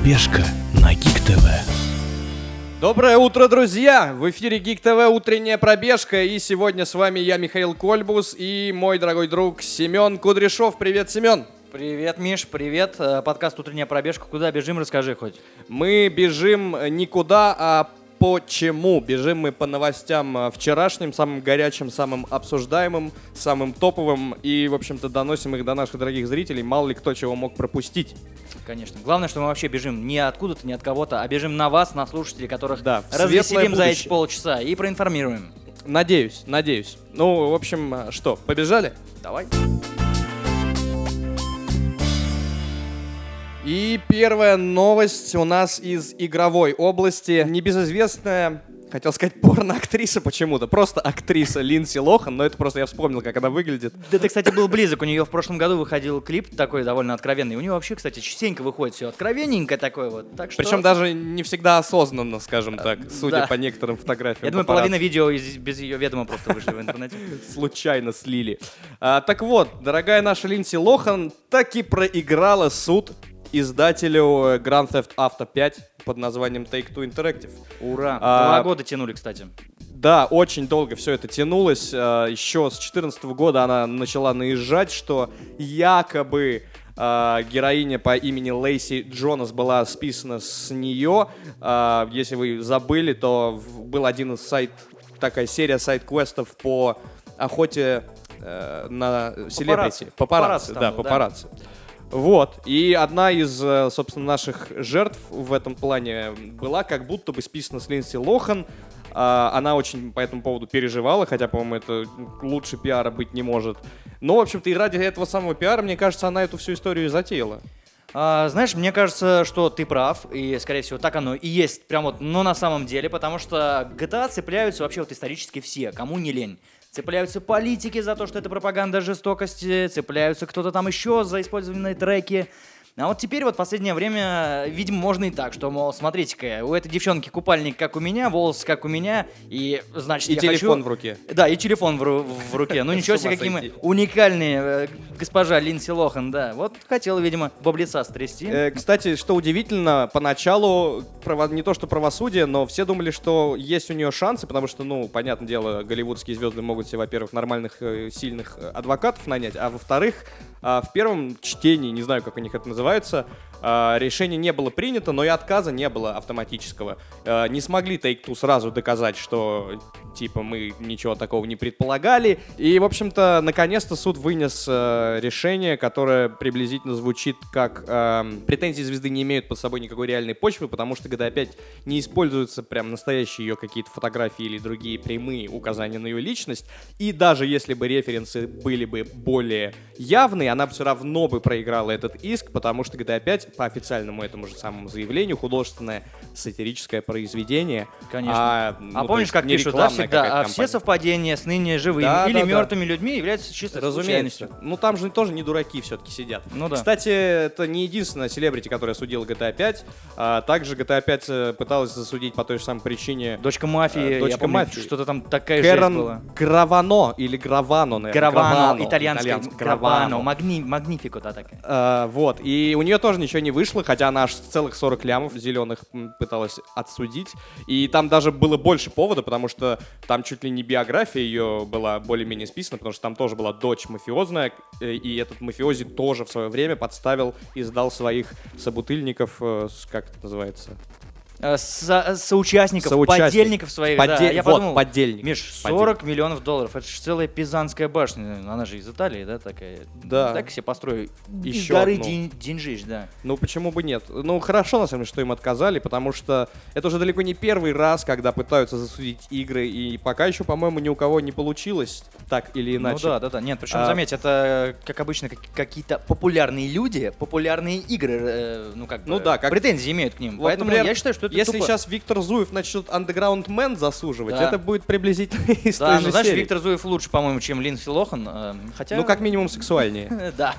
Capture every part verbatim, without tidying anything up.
Пробежка на Geek ти ви. Доброе утро, друзья! В эфире Geek ти ви утренняя пробежка, и сегодня с вами я, Михаил Кольбус, и мой дорогой друг Семен Кудряшов. Привет, Семен! Привет, Миш, привет. Подкаст «Утренняя пробежка». Куда бежим, расскажи хоть. Мы бежим никуда, а почему? Бежим мы по новостям вчерашним, самым горячим, самым обсуждаемым, самым топовым, и, в общем-то, доносим их до наших дорогих зрителей. Мало ли кто чего мог пропустить. Конечно. Главное, что мы вообще бежим не откуда-то, не от кого-то, а бежим на вас, на слушателей, которых да, развеселим за эти полчаса и проинформируем. Надеюсь, надеюсь. Ну, в общем, что, побежали? Давай. И первая новость у нас из игровой области. Небезызвестная, хотел сказать, порно-актриса почему-то. Просто актриса Линдси Лохан, но это просто я вспомнил, как она выглядит. Да ты, кстати, был близок. У нее в прошлом году выходил клип такой довольно откровенный. У нее вообще, кстати, частенько выходит все откровенненькое такое вот. Так что... Причем даже не всегда осознанно, скажем так, судя да. по некоторым фотографиям. Я думаю, папарацци. половина видео из- без ее ведома просто вышли в интернете. Случайно слили. А, так вот, дорогая наша Линдси Лохан таки проиграла суд издателю Grand Theft Auto пять под названием Take-Two Interactive. Ура! А, Два года тянули, кстати. Да, очень долго все это тянулось. Еще с две тысячи четырнадцатого года она начала наезжать, что якобы э, героиня по имени Лейси Джонас была списана с нее. Э, если вы забыли, то был один из сайт, такая серия сайт-квестов по охоте э, на селебрити. Папарацци. Папарацци, Папарацци да, там был, папарацци. Вот, и одна из, собственно, наших жертв в этом плане была как будто бы списана с Линдси Лохан. Она очень по этому поводу переживала, хотя, по-моему, это лучше пиара быть не может. Но, в общем-то, и ради этого самого пиара, мне кажется, она эту всю историю и затеяла. А, знаешь, мне кажется, что ты прав, и, скорее всего, так оно и есть, прям вот, но на самом деле, потому что джи ти эй цепляются вообще вот исторически все, кому не лень. Цепляются политики за то, что это пропаганда жестокости, цепляются кто-то там еще за использованные треки. А вот теперь вот в последнее время, видимо, можно и так, что, мол, смотрите-ка, у этой девчонки купальник как у меня, волосы как у меня, и, значит, и я телефон хочу... в руке. Да, и телефон в, ру- в руке. Ну ничего себе, какие мы уникальные, э, госпожа Линдси Лохан, да. Вот хотела, видимо, баблица стрясти. Э, кстати, что удивительно, поначалу право... не то что правосудие, но все думали, что есть у нее шансы, потому что, ну, понятное дело, голливудские звезды могут себе, во-первых, нормальных, э, сильных адвокатов нанять, а во-вторых, э, в первом чтении, не знаю, как у них это называется, решение не было принято, но и отказа не было автоматического. Не смогли Take-Two сразу доказать, что типа мы ничего такого не предполагали. И, в общем-то, наконец-то суд вынес решение, которое приблизительно звучит как претензии звезды не имеют под собой никакой реальной почвы, потому что джи ти эй пять не используются прям настоящие ее какие-то фотографии или другие прямые указания на ее личность. И даже если бы референсы были бы более явные, она бы все равно бы проиграла этот иск, потому что джи ти эй пять по официальному этому же самому заявлению художественное сатирическое произведение. Конечно. А, А ну, помнишь, как пишут, да, всегда, а все совпадения с ныне живыми да, или да, мертвыми да. людьми являются чистой разумеется. случайностью. Ну там же тоже не дураки все-таки сидят. Ну да. Кстати, это не единственная селебрити, которая судила джи ти эй пять. А, также джи ти эй пять пыталась засудить по той же самой причине. Дочка мафии, а, дочка я помню, мафии. что-то там такая Кэрон жесть была. Гравано или Гравано, наверное. Гравано, Гравано, итальянский. итальянский. Гравано, магни, магнифико, да, такая. А, вот, и у нее тоже ничего не вышло, хотя она аж целых сорок лямов зеленых пыталась отсудить. И там даже было больше повода, потому что там чуть ли не биография ее была более-менее списана, потому что там тоже была дочь мафиозная, и этот мафиози тоже в свое время подставил и сдал своих собутыльников, как это называется? Со- соучастников, Соучастник. подельников своих, Поддель... да. Я вот, подумал, подельник. Миш, Подельник. сорок миллионов долларов, это же целая Пизанская башня, она же из Италии, да, такая? Да. Так себе построю. Еще Из горы одну. день- деньжищ, да. Ну, почему бы нет? Ну, хорошо, на самом деле, что им отказали, потому что это уже далеко не первый раз, когда пытаются засудить игры, и пока еще, по-моему, ни у кого не получилось так или иначе. Ну да, да, да. Нет, причем, А- заметь, это, как обычно, как- какие-то популярные люди, популярные игры, э, ну как бы, Ну да, как- претензии имеют к ним. Вот, Поэтому например, я считаю, что это если тупо. сейчас Виктор Зуев начнет Underground Man засуживать, Да. это будет приблизительно из Да, той ну же знаешь, серии. Виктор Зуев лучше, по-моему, чем Линдси Лохан, э, хотя... Ну, как минимум, сексуальнее. Да.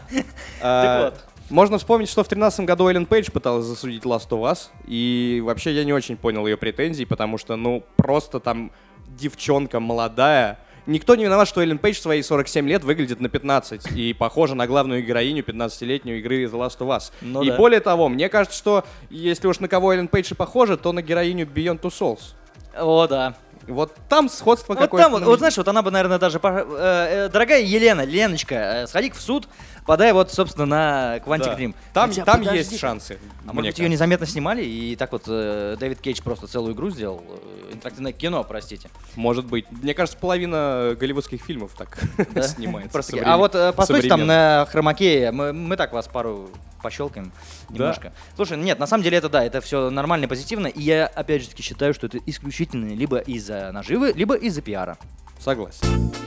А, Так вот. Можно вспомнить, что в тринадцатом году Эллен Пейдж пыталась засудить Last of Us, и вообще я не очень понял ее претензий, потому что, ну, просто там девчонка молодая, никто не виноват, что Эллен Пейдж в свои сорок семь лет выглядит на пятнадцать и похожа на главную героиню пятнадцатилетнюю игры The Last of Us. Ну, и да. более того, мне кажется, что если уж на кого Эллен Пейдж и похожа, то на героиню Beyond Two Souls. О, да. Вот там сходство Вот какое-то. там, вот, вот знаешь, вот она бы, наверное, даже... по- э, э, дорогая Елена, Леночка, э, сходи в суд, подай вот, собственно, на Quantic Да. Dream. Там, Хотя, там подожди. есть шансы. А мне может быть, ее кажется. незаметно снимали, и так вот э, Дэвид Кейдж просто целую игру сделал, э, интерактивное кино, простите. Может быть. Мне кажется, половина голливудских фильмов так Да? снимается. Просто таки. современ- А вот э, постойте там современно. на хромакее, мы, мы так вас пару пощелкаем немножко. Слушай, нет, на самом деле это да, это все нормально и позитивно, и я опять же таки считаю, что это исключительно либо из-за наживы, либо из-за пиара. Согласен.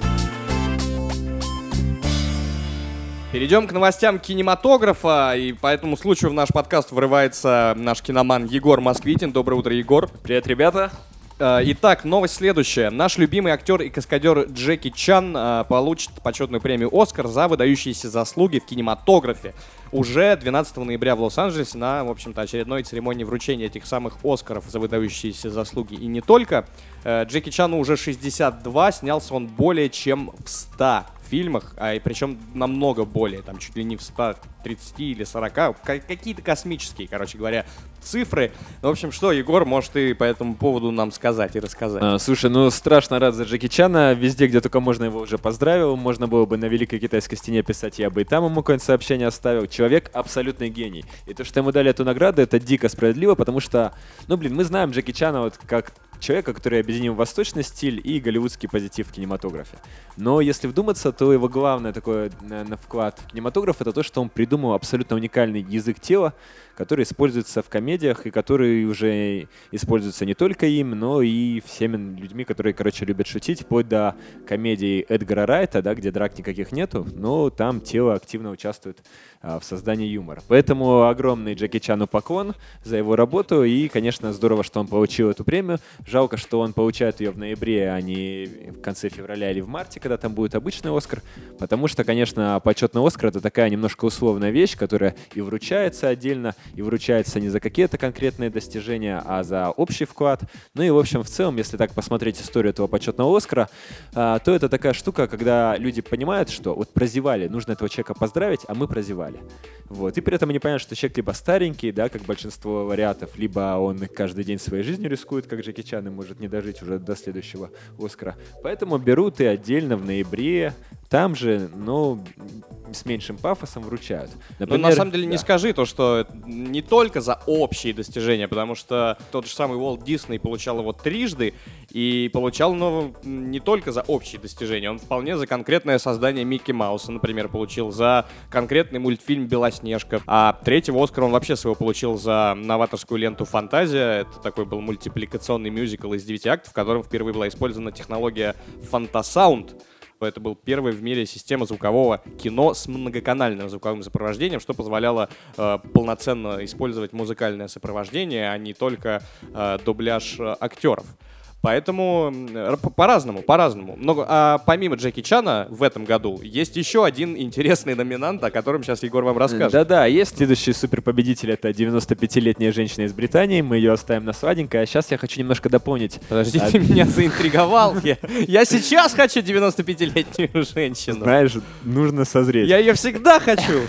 Перейдем к новостям кинематографа, и по этому случаю в наш подкаст врывается наш киноман Егор Москвитин. Доброе утро, Егор. Привет, ребята. Э, Итак, новость следующая. Наш любимый актер и каскадер Джеки Чан э, получит почетную премию «Оскар» за выдающиеся заслуги в кинематографе. Уже двенадцатого ноября в Лос-Анджелесе на, в общем-то, очередной церемонии вручения этих самых «Оскаров» за выдающиеся заслуги. И не только. Э, Джеки Чану уже шестьдесят два, снялся он более чем в ста фильмах, а и причем намного более, там чуть ли не в ста тридцати или сорока, ка- какие-то космические, короче говоря, цифры. Ну, в общем, что, Егор, может, ты по этому поводу нам сказать и рассказать? А, слушай, ну страшно рад за Джеки Чана. Везде, где только можно, его уже поздравил. Можно было бы на Великой Китайской стене писать, я бы и там ему какое-нибудь сообщение оставил. Человек абсолютный гений. И то, что ему дали эту награду, это дико справедливо, потому что, ну, блин, мы знаем Джеки Чана вот как человека, который объединил восточный стиль и голливудский позитив в кинематографе. Но если вдуматься, то его главный такой, наверное, вклад в кинематограф — это то, что он придумал абсолютно уникальный язык тела, который используется в комедиях и который уже используется не только им, но и всеми людьми, которые, короче, любят шутить, вплоть до комедии Эдгара Райта, да, где драк никаких нету, но там тело активно участвует а, в создании юмора. Поэтому огромный Джеки Чану поклон за его работу, и, конечно, здорово, что он получил эту премию. Жалко, что он получает ее в ноябре, а не в конце февраля или в марте, когда там будет обычный Оскар, потому что, конечно, почетный Оскар — это такая немножко условная вещь, которая и вручается отдельно, и вручается не за какие-то конкретные достижения, а за общий вклад. Ну и, в общем, в целом, если так посмотреть историю этого почетного Оскара, а, то это такая штука, когда люди понимают, что вот прозевали, нужно этого человека поздравить, а мы прозевали. Вот. И при этом они понимают, что человек либо старенький, да, как большинство вариантов, либо он каждый день своей жизнью рискует, как Джеки Чан, и может не дожить уже до следующего Оскара. Поэтому берут и отдельно в ноябре, там же, но с меньшим пафосом вручают. Ну, на самом деле, да. не скажи то, что это не только за общие достижения, потому что тот же самый Уолт Дисней получал его трижды, и получал, ну, не только за общие достижения, он вполне за конкретное создание Микки Мауса, например, получил, за конкретный мультфильм «Белоснежка». А третьего Оскара он вообще своего получил за новаторскую ленту «Фантазия». Это такой был мультипликационный мюзикл из девяти актов, в котором впервые была использована технология «Фантасаунд». Это был первый в мире система звукового кино с многоканальным звуковым сопровождением, что позволяло э, полноценно использовать музыкальное сопровождение, а не только э, дубляж э, актеров. Поэтому э, по-разному, по-разному. Но а помимо Джеки Чана в этом году есть еще один интересный номинант, о котором сейчас Егор вам расскажет. Да-да, есть следующий суперпобедитель, это девяностопятилетняя женщина из Британии, мы ее оставим на сладенькое, а сейчас я хочу немножко дополнить. Подожди, А, ты меня заинтриговал. Я, я сейчас хочу девяностопятилетнюю женщину. Знаешь, нужно созреть. Я ее всегда хочу.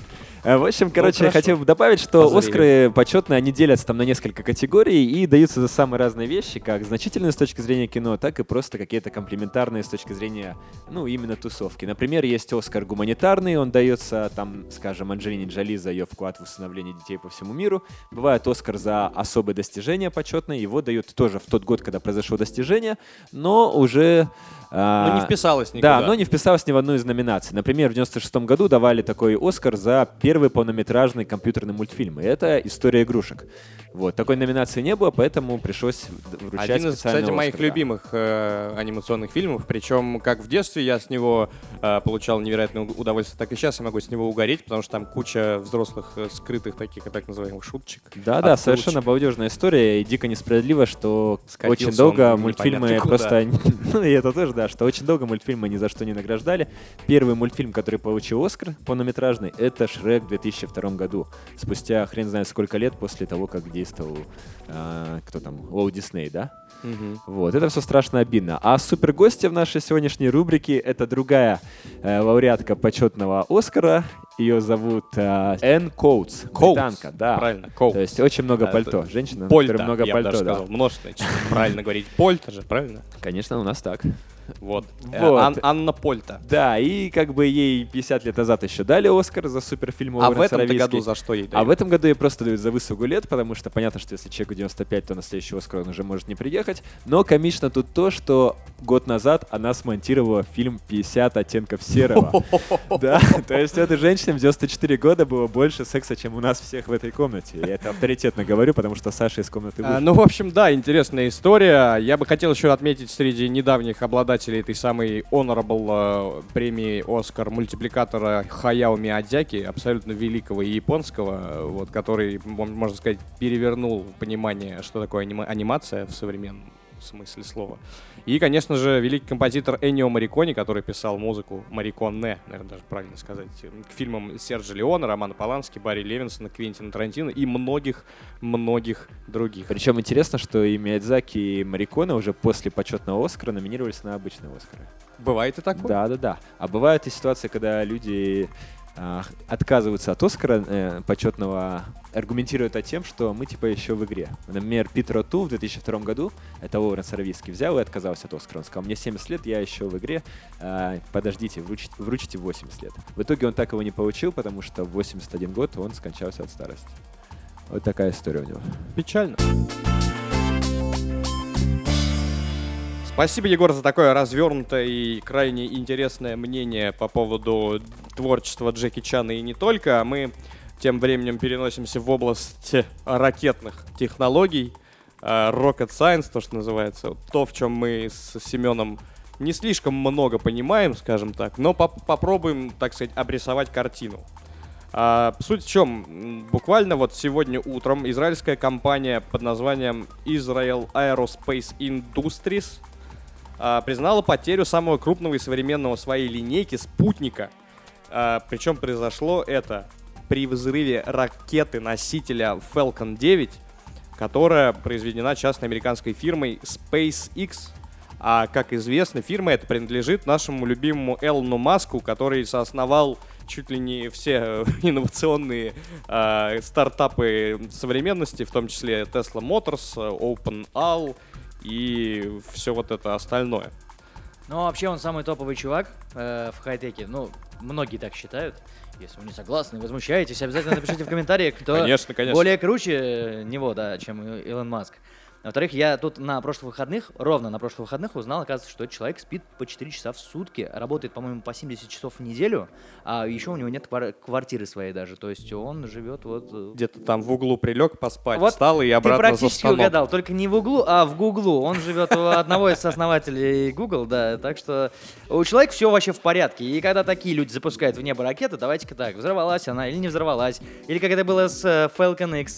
А, В общем, короче, я хорошо. хотел бы добавить, что Позырили. Оскары почетные, они делятся там на несколько категорий и даются за самые разные вещи, как значительные с точки зрения кино, так и просто какие-то комплементарные с точки зрения, ну, именно тусовки. Например, есть Оскар гуманитарный, он дается, там, скажем, Анджелине Джоли за ее вклад в усыновление детей по всему миру. Бывает Оскар за особые достижения почетные, его дают тоже в тот год, когда произошло достижение, но уже... Ну, не вписалось никуда. Да, но не вписалось ни в одну из номинаций. Например, в девяносто шестом году давали такой Оскар за первый полнометражный компьютерный мультфильм. И это «История игрушек». Вот, такой номинации не было, поэтому пришлось вручать Один из, специальный кстати, моих Оскар, да. любимых э, анимационных фильмов. Причем, как в детстве я с него э, получал невероятное у- удовольствие, так и сейчас я могу с него угореть, потому что там куча взрослых э, скрытых таких, так называемых, шуточек. Да-да, Отсылочек. совершенно балдежная история, и дико несправедливо, что Скатился очень долго он мультфильмы непонятно куда. просто... Ну, и это тоже, да, что очень долго мультфильмы ни за что не награждали. Первый мультфильм, который получил Оскар полнометражный, это «Шрек» в две тысячи втором году. Спустя хрен знает сколько лет после того, как действовал, э, кто там, Уолт Дисней, да? Мгм. Вот, это все страшно обидно. А супергостья в нашей сегодняшней рубрике — это другая э, лауреатка почетного Оскара. Ее зовут э, Энн Коутс. Коутс. Британка, да. Правильно, Коутс. То есть очень много Да, пальто. это Женщина, у Польта, которой много я бы пальто. даже Да. сказал, множественное число. Правильно говорить, Польта же, правильно? Конечно, у нас так. Вот. Э, Вот. Ан- Анна Польта. Да, и как бы ей пятьдесят лет назад еще дали Оскар за суперфильм А в Лоуренса этом Аравийский. году за что ей А дают? в этом году ей просто дают за высугу лет, потому что понятно, что если человеку девяносто пять, то на следующий Оскар он уже может не приехать. Но комично тут то, что год назад она смонтировала фильм «пятьдесят оттенков серого». Да, то есть у этой женщины в девяносто четыре года было больше секса, чем у нас всех в этой комнате. Я это авторитетно говорю, потому что Саша из комнаты А, вышел. ну, в общем, да, интересная история. Я бы хотел еще отметить среди недавних обладателей этой самой honorable э, премии «Оскар» мультипликатора Хаяо Миядзаки, абсолютно великого и японского, э, вот, который, м- можно сказать, перевернул понимание, что такое анима- анимация в современном смысле слова. И, конечно же, великий композитор Эннио Морриконе, который писал музыку Морриконе, наверное, даже правильно сказать, к фильмам Серджио Леона, Романа Полански, Барри Левинсона, Квентина Тарантино и многих-многих других. Причем интересно, что и Миядзаки, и Морриконе уже после почетного Оскара номинировались на обычные Оскары. Бывает и такое? Да, да, да. А бывают и ситуации, когда люди а, отказываются от Оскара э, почетного, аргументируют это тем, что мы типа еще в игре. Например, Питер О'Ту в две тысячи втором году, это Лоуренс Аравийский, взял и отказался от Оскара. Он сказал: мне семьдесят лет, я еще в игре, а, подождите, вручите, вручите восемьдесят лет. В итоге он так его не получил, потому что в восемьдесят один год он скончался от старости. Вот такая история у него. Печально. Спасибо, Егор, за такое развернутое и крайне интересное мнение по поводу творчества Джеки Чана и не только. Мы тем временем переносимся в область ракетных технологий, э, rocket science, то, что называется. Вот то, в чем мы с Семеном не слишком много понимаем, скажем так, но поп- попробуем, так сказать, обрисовать картину. А, суть в чем? М, Буквально вот сегодня утром израильская компания под названием Israel Aerospace Industries а, признала потерю самого крупного и современного в своей линейке спутника. А, причем произошло это при взрыве ракеты-носителя Falcon девять, которая произведена частной американской фирмой SpaceX. А, как известно, фирма эта принадлежит нашему любимому Элону Маску, который соосновал чуть ли не все инновационные э, стартапы современности, в том числе Tesla Motors, OpenAI и все вот это остальное. Ну, вообще, он самый топовый чувак э, в хай-теке. Ну, многие так считают. Если вы не согласны, возмущаетесь, обязательно напишите в комментариях, кто Конечно, конечно. более круче него, да, чем Илон Маск. Во-вторых, я тут на прошлых выходных, ровно на прошлых выходных узнал, оказывается, что этот человек спит по четыре часа в сутки, работает, по-моему, по семьдесят часов в неделю, а еще у него нет квар- квартиры своей даже, то есть он живет вот... э, Где-то там в углу прилег поспать, Вот встал и Ты обратно за практически станок. угадал, только не в углу, а в Гуглу. Он живет у одного из основателей Google, да, так что у человека все вообще в порядке. И когда такие люди запускают в небо ракеты, давайте-ка так, взорвалась она или не взорвалась. Или как это было с э, Falcon X,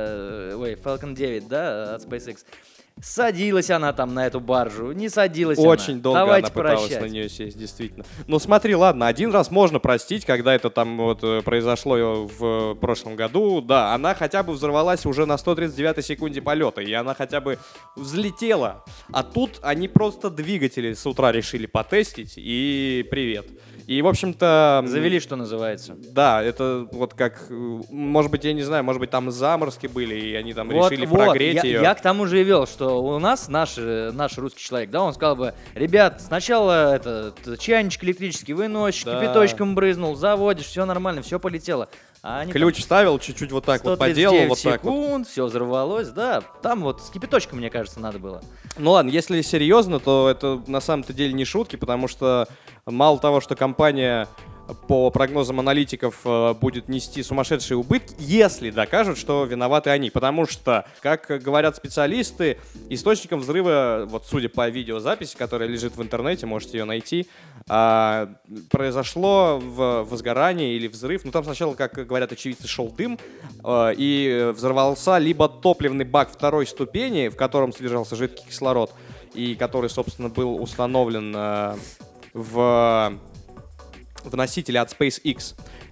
э, ой, Falcon девять, да, от SpaceX. Садилась она там на эту баржу, не садилась Очень она. долго Давайте она пыталась прощать. на нее сесть, действительно. Ну смотри, ладно, один раз можно простить, когда это там вот э, произошло в прошлом году. Да, она хотя бы взорвалась уже на сто тридцать девятой секунде полета, и она хотя бы взлетела. А тут они просто двигатели с утра решили потестить, и привет. И, в общем-то... Завели, что называется. Да, это вот как, э, может быть, я не знаю, может быть, там заморозки были, и они там Вот, решили вот, прогреть я, ее. я к тому же и вел, что у нас наш, э, наш русский человек, да, он сказал бы: ребят, сначала это, т- чайничек электрический выносишь, Да. кипяточком брызнул, заводишь, все нормально, все полетело. А они Ключ вставил, чуть-чуть вот так там вот поделал, вот сто тридцать девять так вот. секунд, все взорвалось, да. Там вот с кипяточком, мне кажется, надо было. Ну ладно, если серьезно, то это на самом-то деле не шутки, потому что мало того, что компания по прогнозам аналитиков э, будет нести сумасшедшие убытки, если докажут, что виноваты они. Потому что, как говорят специалисты, источником взрыва, вот судя по видеозаписи, которая лежит в интернете, можете ее найти, а, произошло в возгорание или взрыв. Ну там сначала, как говорят очевидцы, шел дым, э, и взорвался либо топливный бак второй ступени, в котором содержался жидкий кислород, и который, собственно, был установлен э, в... в носителе от SpaceX.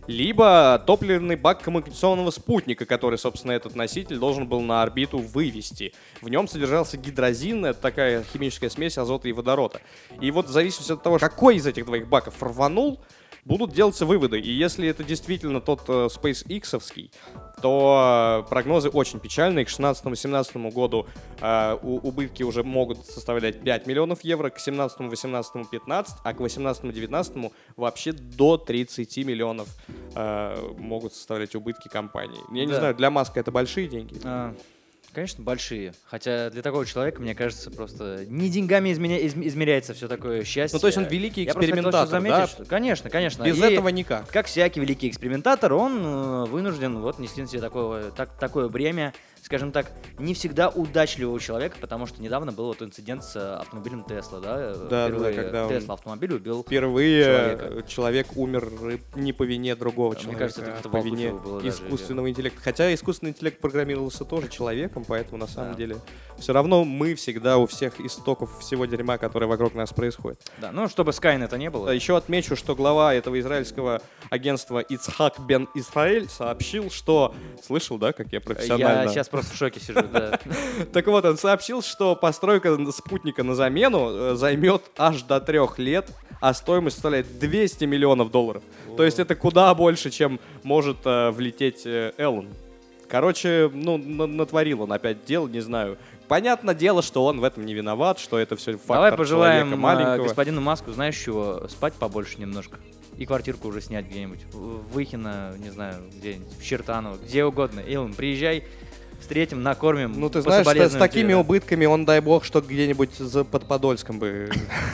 либо топливный бак коммуникационного спутника, который, собственно, этот носитель должен был на орбиту вывести. В нем содержался гидрозин, это такая химическая смесь азота и водорода. И вот в зависимости от того, какой из этих двоих баков рванул, будут делаться выводы. И если это действительно тот э, SpaceX-овский, то э, прогнозы очень печальные. К шестнадцатому-семнадцатому году э, у, убытки уже могут составлять пять миллионов евро, к семнадцатому-восемнадцатому пятнадцать, а к восемнадцатому-девятнадцатому вообще до тридцать миллионов э, могут составлять убытки компании. Я не Да. знаю, для Маска это большие деньги? А, Конечно, большие. Хотя для такого человека, мне кажется, просто не деньгами изменя- из- измеряется все такое счастье. Ну, то есть он великий Я просто хотел экспериментатор, еще заметить, да? что- Конечно, конечно. Без И этого никак. как всякий великий экспериментатор, он э, вынужден вот нести на себе такое, так, такое бремя, скажем так, не всегда удачливого человека, потому что недавно был вот инцидент с э, автомобилем Тесла, да? Да, Впервые да, когда он- Тесла автомобиль убил. Впервые человека. человек умер не по вине другого Мне человека, кажется, это а как-то по в вине Алкутово было даже, искусственного интеллекта. Хотя искусственный интеллект программировался тоже человеком, поэтому на самом Да. деле все равно мы всегда у всех истоков всего дерьма, которое вокруг нас происходит. Да, ну чтобы Скайнета не было. Еще отмечу, что глава этого израильского агентства Ицхак бен Исраэль сообщил, что... Слышал, да, как я профессионально? Я сейчас просто в шоке сижу, да. Так вот, он сообщил, что постройка спутника на замену э, займет аж до трех лет, а стоимость составляет двести миллионов долларов. То есть это куда больше, чем может э, влететь э, Элон. Короче, ну, на- натворил он опять дел, не знаю. Понятное дело, что он в этом не виноват, что это все фактор Давай пожелаем человека э, маленького. господину Маску, знаешь чего, спать побольше немножко. И квартирку уже снять где-нибудь. В Выхино, не знаю, где-нибудь, в Чертаново, где угодно. Илон, приезжай, встретим, накормим. Ну, ты знаешь, что с пособолезнуем такими тебе, да. убытками он, дай бог, что где-нибудь за под Подольском бы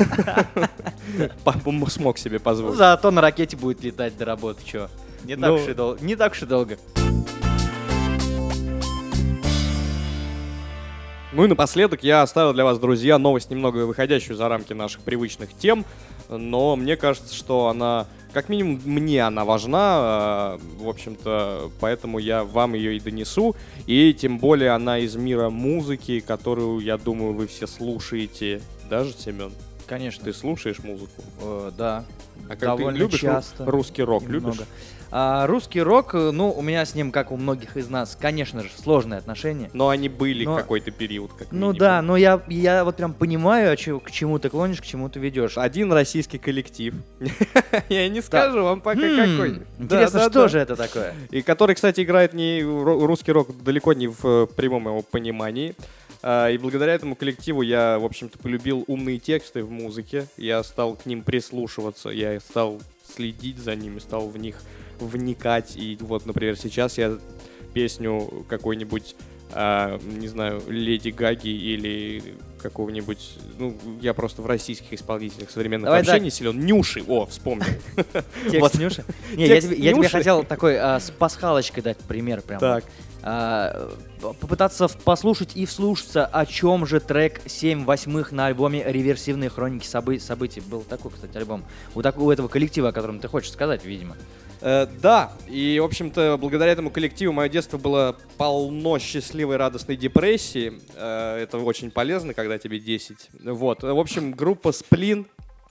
по- смог себе Ну, позволить. зато на ракете будет летать до работы, чё. Не так Ну. уж и долго. Не так уж и долго. Ну и напоследок я оставил для вас, друзья, новость, немного выходящую за рамки наших привычных тем, но мне кажется, что она, как минимум, мне она важна, э, в общем-то, поэтому я вам ее и донесу, и тем более она из мира музыки, которую, я думаю, вы все слушаете. Даже, Семен, Конечно. ты слушаешь музыку? Э, да. А как Довольно ты любишь ру- часто. русский рок? Любишь? Немного. А, русский рок, э, ну, у меня с ним, как у многих из нас, конечно же, сложные отношения. Но они были Но- какой-то период, как Ну минимум. да, но я, я вот прям понимаю, а чё- к чему ты клонишь, к чему ты ведешь. Один российский коллектив. Я не скажу вам пока Хм, какой. Интересно, Да, да, что да. же это такое? И который, кстати, играет не ру- русский рок далеко не в э, прямом его понимании. А, И благодаря этому коллективу я, в общем-то, полюбил умные тексты в музыке. Я стал к ним прислушиваться, я стал следить за ними, стал в них вникать. И вот, например, сейчас я песню какой-нибудь, а, не знаю, Леди Гаги или какого-нибудь, ну, я просто в российских исполнителях современных Давай вообще так. не силен. Нюши, о, вспомнил. Текст Вот. Нюши? Не, я Текст тебе, я тебе Нюши. хотел такой а, с пасхалочкой дать пример прям. Так. А, п- попытаться в- послушать и вслушаться, о чем же трек семь восьмых на альбоме «Реверсивные хроники собы- событий». Был такой, кстати, альбом. У, так- у этого коллектива, о котором ты хочешь сказать, видимо. Э, да, и, в общем-то, благодаря этому коллективу мое детство было полно счастливой, радостной депрессии. Э, это очень полезно, когда тебе десять. Вот. В общем, группа «Сплин»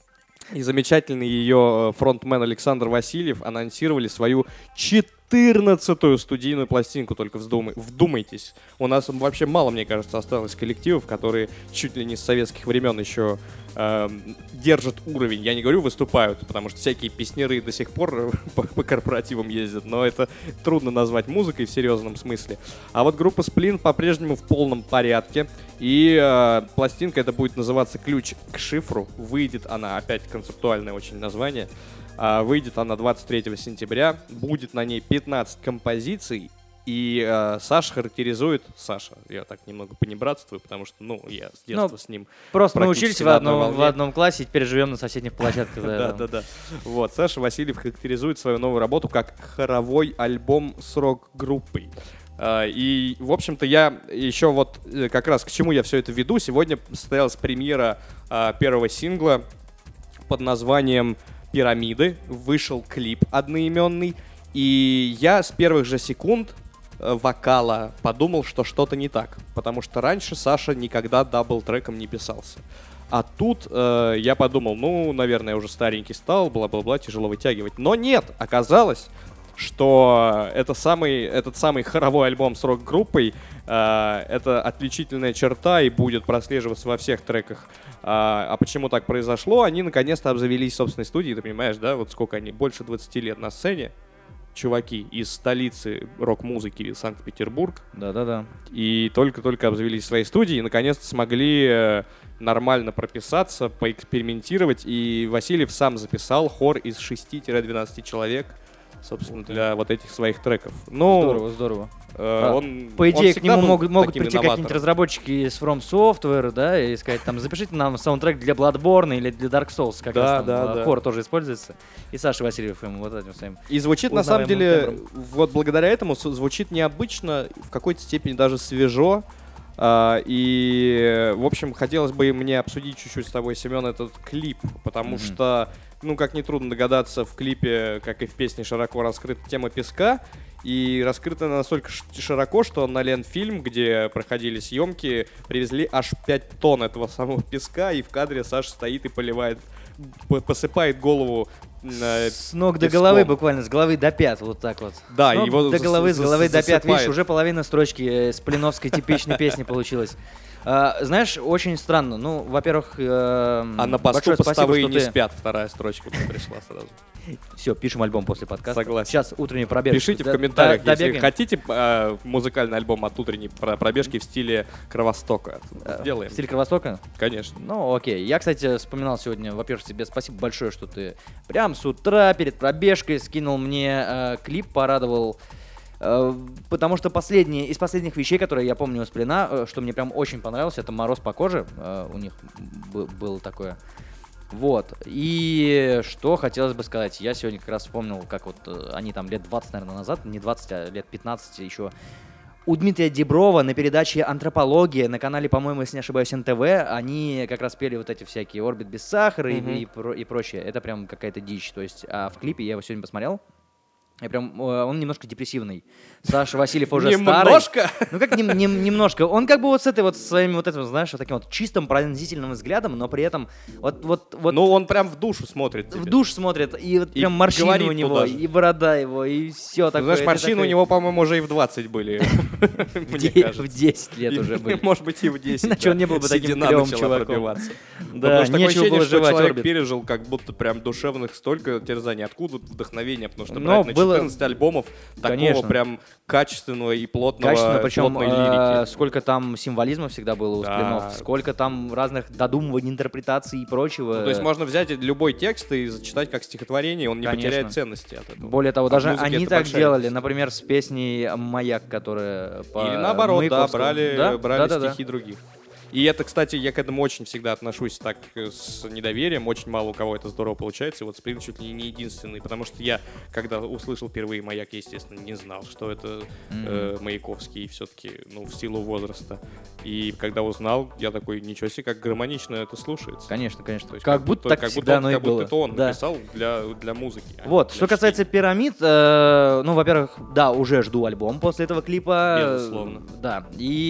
и замечательный ее фронтмен Александр Васильев анонсировали свою четырнадцатую студийную пластинку, только вздумай, вдумайтесь. У нас вообще мало, мне кажется, осталось коллективов, которые чуть ли не с советских времен еще эм, держат уровень. Я не говорю выступают, потому что всякие песняры до сих пор по, по корпоративам ездят, но это трудно назвать музыкой в серьезном смысле. А вот группа «Сплин» по-прежнему в полном порядке, и э, пластинка эта будет называться «Ключ к шифру». Выйдет она, опять концептуальное очень название, а, выйдет она двадцать третьего сентября, будет на ней пятнадцать композиций, и э, Саша характеризует, Саша, я так немного понебратствую, потому что, ну, я с детства Ну, с ним Просто практически научились в на одной одном, в волне. одном классе, и теперь живем на соседних площадках. Да, да, да. Вот, Саша Васильев характеризует свою новую работу как хоровой альбом с рок-группой. А, И, в общем-то, я еще вот э, как раз к чему я все это веду. Сегодня состоялась премьера а, первого сингла под названием «Пирамиды». Вышел клип одноименный. И я с первых же секунд э, вокала подумал, что что-то не так. Потому что раньше Саша никогда дабл-треком не писался. А тут э, я подумал, ну, наверное, уже старенький стал, бла-бла-бла, тяжело вытягивать. Но нет, оказалось, что это самый, этот самый хоровой альбом с рок-группой, э, это отличительная черта и будет прослеживаться во всех треках. А, а почему так произошло? Они наконец-то обзавелись собственной студией, ты понимаешь, да? Вот сколько они, больше двадцати лет на сцене. Чуваки из столицы рок-музыки Санкт-Петербург. Да-да-да. И только-только обзавелись своей студией и наконец-то смогли э, нормально прописаться, поэкспериментировать. И Васильев сам записал хор из шести-двенадцати человек, собственно, для вот этих своих треков. Ну, Здорово, здорово. э, А, он, По идее, он к нему был могут, могут таким прийти инноватором. какие-нибудь разработчики из From Software, да, и сказать, там, запишите нам саундтрек для Bloodborne или для Dark Souls, как Да, раз там да, а, да. хор тоже используется. И Саша Васильев ему вот этим своим. И звучит, на самом узнаваемым деле, вот благодаря этому с- звучит необычно, в какой-то степени даже свежо. А, и, в общем, хотелось бы мне обсудить чуть-чуть с тобой, Семен, этот клип, потому Мгм. что, ну, как нетрудно догадаться, в клипе, как и в песне, широко раскрыта тема песка. И раскрыта она настолько ш- широко, что на Ленфильм, где проходили съемки, привезли аж пять тонн этого самого песка, и в кадре Саша стоит и поливает, п- посыпает голову э, С ног до песком. головы буквально, с головы до пят, вот так вот. Да, С ног его до зас- головы, с зас- головы до пят. Видишь, засыпает. уже половина строчки э, с Блиновской типичной песни получилась. А, знаешь, очень странно. Ну, во-первых, А на посту большое спасибо, постовые что не ты... спят. Вторая строчка мне пришла сразу. Все, пишем альбом после подкаста. Согласен. Сейчас утренний пробежка. Пишите в Д- комментариях, д- если добегаем. хотите э, музыкальный альбом от утренней про- пробежки в стиле Кровостока. Э, Сделаем. В стиле Кровостока? Конечно. Ну, окей. Я, кстати, вспоминал сегодня, во-первых, тебе спасибо большое, что ты прям с утра перед пробежкой скинул мне э, клип, порадовал. Э, потому что последние, из последних вещей, которые я помню из Плена, э, что мне прям очень понравилось, это «Мороз по коже». Э, у них б- было такое. Вот. И что хотелось бы сказать. Я сегодня как раз вспомнил, как вот э, они там лет двадцать, наверное, назад, не двадцать, а лет пятнадцать еще, у Дмитрия Диброва на передаче «Антропология» на канале, по-моему, если не ошибаюсь, эн тэ вэ, они как раз пели вот эти всякие «Орбит без сахара» и- Мгм. и, про- и прочее. Это прям какая-то дичь. То есть, а в клипе я его сегодня посмотрел, и прям э, он немножко депрессивный. Саша Васильев уже старый. Немножко? Ну как нем- нем- немножко. Он как бы вот с этой вот своими вот этим, знаешь, вот таким вот чистым пронзительным взглядом, но при этом вот вот вот Ну, он прям в душу смотрит тебе. в душ смотрит, и вот И прям морщины говорит у него, туда же. и борода его, и все Ну, такое. знаешь, Это морщины у такой- него, по-моему, уже и в двадцать были. в Мне де- кажется. в десять лет И, уже были. Может быть, и в десять. Иначе он да. не был бы таким Седина клёвым начала чуваком. пробиваться. Ну, Да, потому что такое нечего ощущение, было что жевать человек «Орбит». пережил как будто прям душевных столько терзаний. Откуда вдохновение? Потому что Но брать на было- четырнадцать альбомов такого Конечно. прям качественного и плотного, Качественно, причем плотной э, лирики. сколько там символизма всегда было у Да. Сплинов, сколько там разных додумываний, интерпретаций и прочего. Ну, то есть можно взять любой текст и зачитать как стихотворение, он не Конечно. потеряет ценности от этого. Более того, От даже музыки они это так большая делали, разница. например, с песней «Маяк», которая по Или наоборот, да, Маяковскому. брали, Да? брали Да-да-да. стихи других. И это, кстати, я к этому очень всегда отношусь так э, с недоверием. Очень мало у кого это здорово получается. И вот Сплин чуть ли не единственный. Потому что я, когда услышал впервые «Маяк», я, естественно, не знал, что это э, Маяковский все-таки, ну, в силу возраста. И когда узнал, я такой, ничего себе, как гармонично это слушается. Конечно, конечно. То есть как, будто так как будто всегда он, оно и как будто было. это он Да. написал для, для музыки. а не Вот, для что касается чтения. пирамид, э, ну, во-первых, да, уже жду альбом после этого клипа. Безусловно. Да,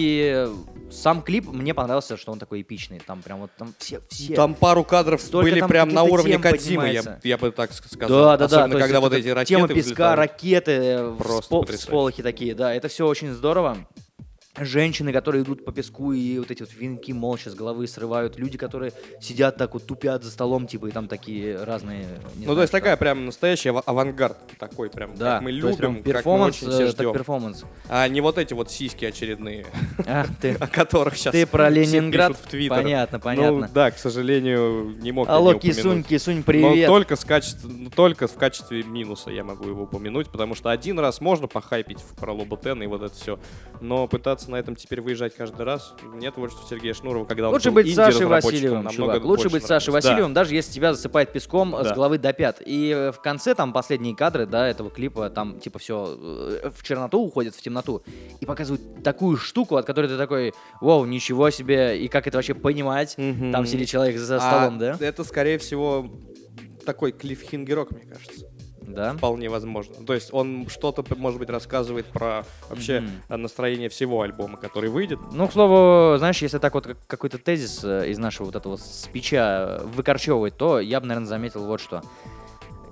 и сам клип мне понравился, что он такой эпичный. Там прям вот там все, все. Там пару кадров Столько были там прям на каких-то уровне тем Кодзимы, я, поднимается. я бы так ск- сказал. Да, да, да. Особенно, то есть когда вот вот эта эти ракеты тема песка, взлетают. ракеты, Просто вспол- потрясающе. всполохи такие, да, это все очень здорово. Женщины, которые идут по песку и вот эти вот венки молча с головы срывают. Люди, которые сидят так вот, тупят за столом, типа, и там такие разные... не Ну, знаю, то есть что. такая прям настоящий ава- авангард такой прям, Да, как мы то есть прям любим, как мы перформанс, очень все э, так ждем. перформанс. А не вот эти вот сиськи очередные, А, ты, о которых сейчас ты про Ленинград? пишут в Твиттер. Понятно, понятно. Ну да, к сожалению, не мог я Алло, не упомянуть. кисунь, кисунь, Но привет. только, с качеств- ну, только в качестве минуса я могу его упомянуть, потому что один раз можно похайпить в- про Лоботен и вот это все, но пытаться на этом теперь выезжать каждый раз, мне творчество Сергея Шнурова, когда он Лучше был быть Сашей инди-разработчиком, Васильевым, намного чувак. Лучше больше быть Сашей нравится. Да. Васильевым, даже если тебя засыпает песком э, с Да. головы до пят. И э, в конце там последние кадры, да, этого клипа, там типа все в черноту уходит, в темноту, и показывают такую штуку, от которой ты такой, вау, ничего себе, и как это вообще понимать? Мгм. Там сидит человек за А столом, да? Это, скорее всего, такой клиффхенгерок, мне кажется. Да. Вполне возможно. То есть он что-то, может быть, рассказывает про вообще Мгм. настроение всего альбома, который выйдет. Ну, к слову, знаешь, если так вот как- какой-то тезис э, из нашего вот этого спича выкорчевывать, то я бы, наверное, заметил вот что.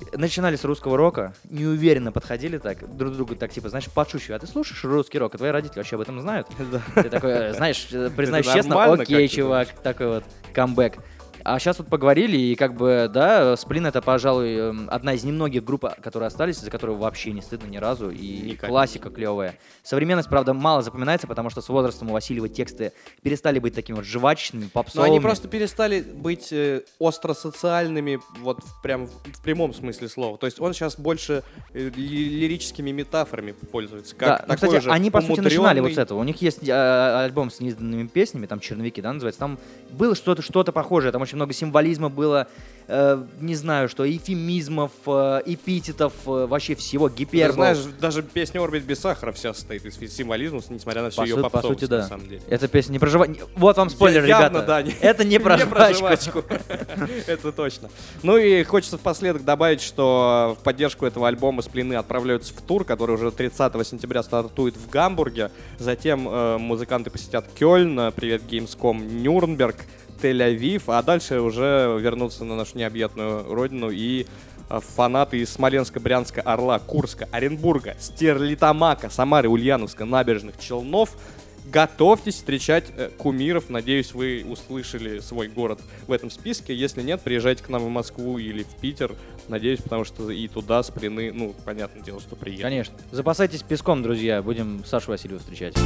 начинали с русского рока, неуверенно подходили так, друг к другу так, типа, знаешь, подшучивая, а ты слушаешь русский рок, а твои родители вообще об этом знают? Ты такой, знаешь, признаюсь честно, окей, чувак, такой вот камбэк. А сейчас вот поговорили, и как бы, да, Сплин — это, пожалуй, одна из немногих групп, которые остались, за которую вообще не стыдно ни разу, и Никак. классика клевая. Современность, правда, мало запоминается, потому что с возрастом у Васильева тексты перестали быть такими вот жвачечными, попсовыми. Но они просто перестали быть э, остро-социальными, вот в, прям в, в прямом смысле слова. То есть он сейчас больше э, ли, лирическими метафорами пользуется. Как да, такой ну, кстати, же они, по сути, начинали вот с умудренный- этого. У них есть э, альбом с неизданными песнями, там «Черновики», да, называется. Там было что-то, что-то похожее, там очень много символизма было, э, не знаю что, эвфемизмов, э, эпитетов, э, вообще всего, Ты гипербол. знаешь, даже песня «Орбит без сахара» вся состоит из символизма, несмотря на всю По, ее су- по попсовость, сути, да. на самом деле. Эта песня не про жвачку. Вот вам спойлер, Я- ребята. явно, да, не- Это не про Не про жвачку. жвачку. Это точно. Ну и хочется впоследок добавить, что в поддержку этого альбома Сплины отправляются в тур, который уже тридцатого сентября стартует в Гамбурге. Затем э, музыканты посетят Кёльн, привет Gamescom, Нюрнберг, Тель-Авив, а дальше уже вернуться на нашу необъятную родину и э, фанаты из Смоленска, Брянска, Орла, Курска, Оренбурга, Стерлитамака, Самары, Ульяновска, Набережных Челнов. Готовьтесь встречать э, кумиров. Надеюсь, вы услышали свой город в этом списке. Если нет, приезжайте к нам в Москву или в Питер. Надеюсь, потому что и туда Сплины, ну, понятное дело, что приедут. Конечно. Запасайтесь песком, друзья. Будем Сашу Васильева встречать.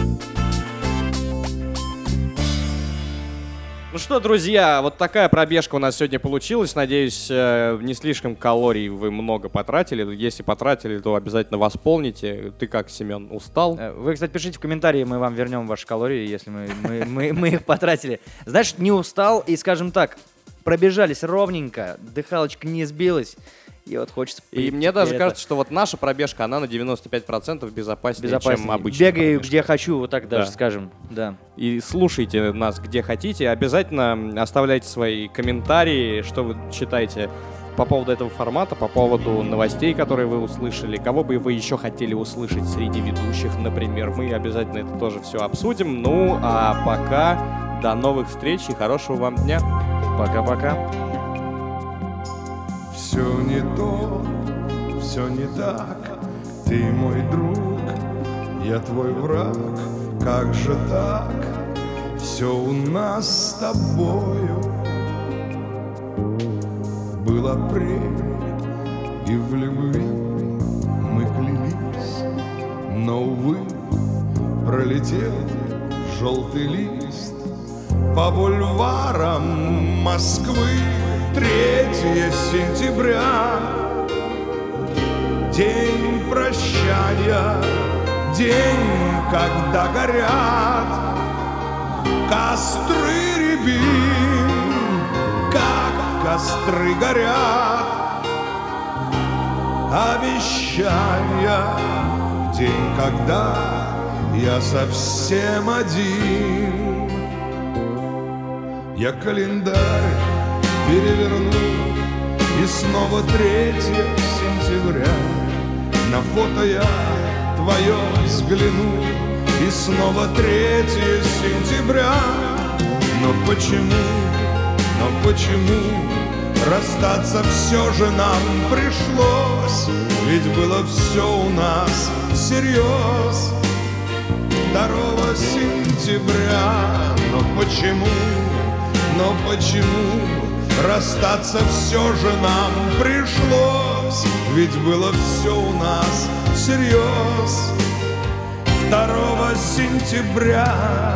Ну что, друзья, вот такая пробежка у нас сегодня получилась. Надеюсь, э, не слишком калорий вы много потратили. Если потратили, то обязательно восполните. Ты как, Семен, устал? Э, Вы, кстати, пишите в комментарии, мы вам вернем ваши калории, если мы, мы, мы, мы их потратили. Знаешь, не устал и, скажем так, пробежались ровненько, дыхалочка не сбилась. И вот хочется... И мне даже кажется, что вот наша пробежка, она на девяносто пять процентов безопаснее, безопаснее. чем обычная Бегаю пробежка. где хочу, вот так даже Да. скажем. Да. И слушайте нас где хотите. Обязательно оставляйте свои комментарии, что вы считаете по поводу этого формата, по поводу новостей, которые вы услышали, кого бы вы еще хотели услышать среди ведущих, например. Мы обязательно это тоже все обсудим. Ну, а пока до новых встреч и хорошего вам дня. Пока-пока. Все не то, все не так, ты мой друг, я твой враг, как же так, все у нас с тобою. Был апрель, и в любви мы клялись, но, увы, пролетел желтый лист по бульварам Москвы. Третье сентября, день прощания, день, когда горят костры рябин, как костры горят обещания, в день, когда я совсем один. Я календарь переверну, и снова третье сентября. На фото я твое взгляну, и снова третье сентября. Но почему, но почему расстаться все же нам пришлось? Ведь было все у нас всерьез. Второго сентября. Но почему, но почему расстаться все же нам пришлось? Ведь было все у нас всерьез. Второго сентября.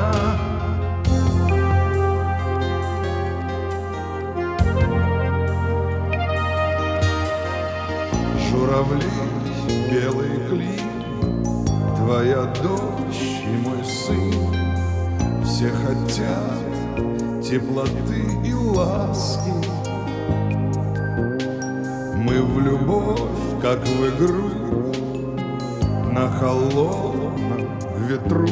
Журавли, белые клин, твоя дочь и мой сын, все хотят теплоты и ласки. Мы в любовь, как в игру, на холодном ветру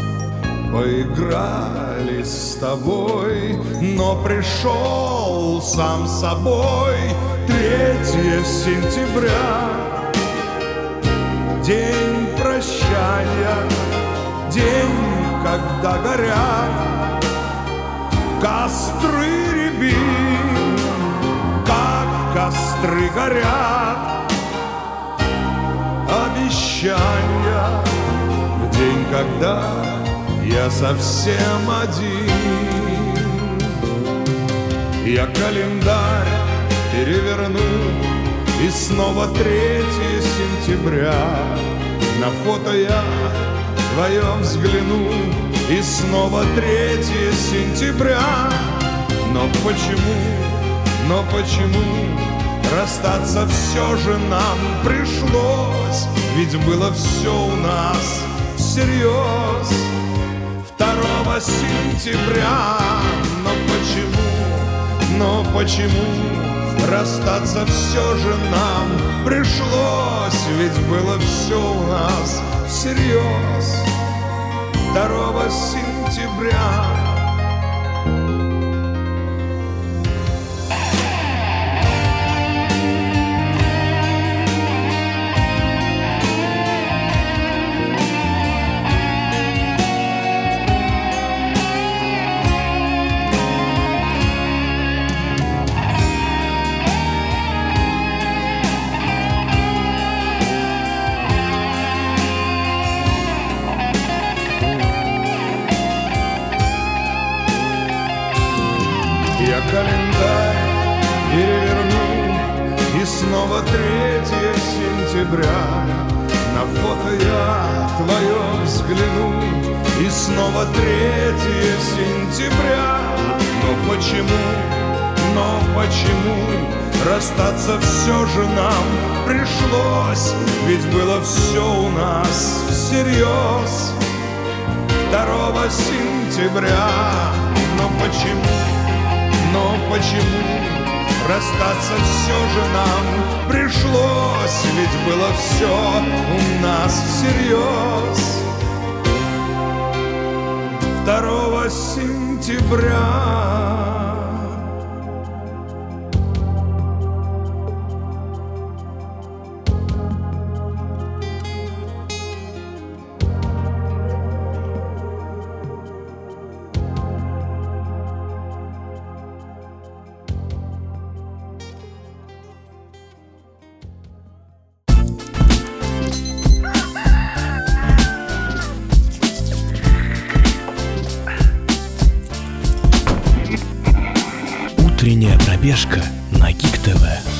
поиграли с тобой, но пришел сам собой третье сентября. День прощания, день, когда горят костры рябин, как костры горят обещания в день, когда я совсем один. Я календарь переверну, и снова третье сентября. На фото я твое взгляну, и снова третье сентября. Но почему, но почему расстаться все же нам пришлось? Ведь было все у нас всерьез второго сентября. Но почему, но почему расстаться все же нам пришлось? Ведь было все у нас всерьез второго сентября. Я календарь переверну, и снова третье сентября. На фото я твое взгляну, и снова третье сентября. Но почему, но почему расстаться все же нам пришлось? Ведь было все у нас всерьез второго сентября. Но почему, но почему расстаться все же нам пришлось? Ведь было все у нас всерьез второго сентября. Утренняя пробежка на ГИК ТВ.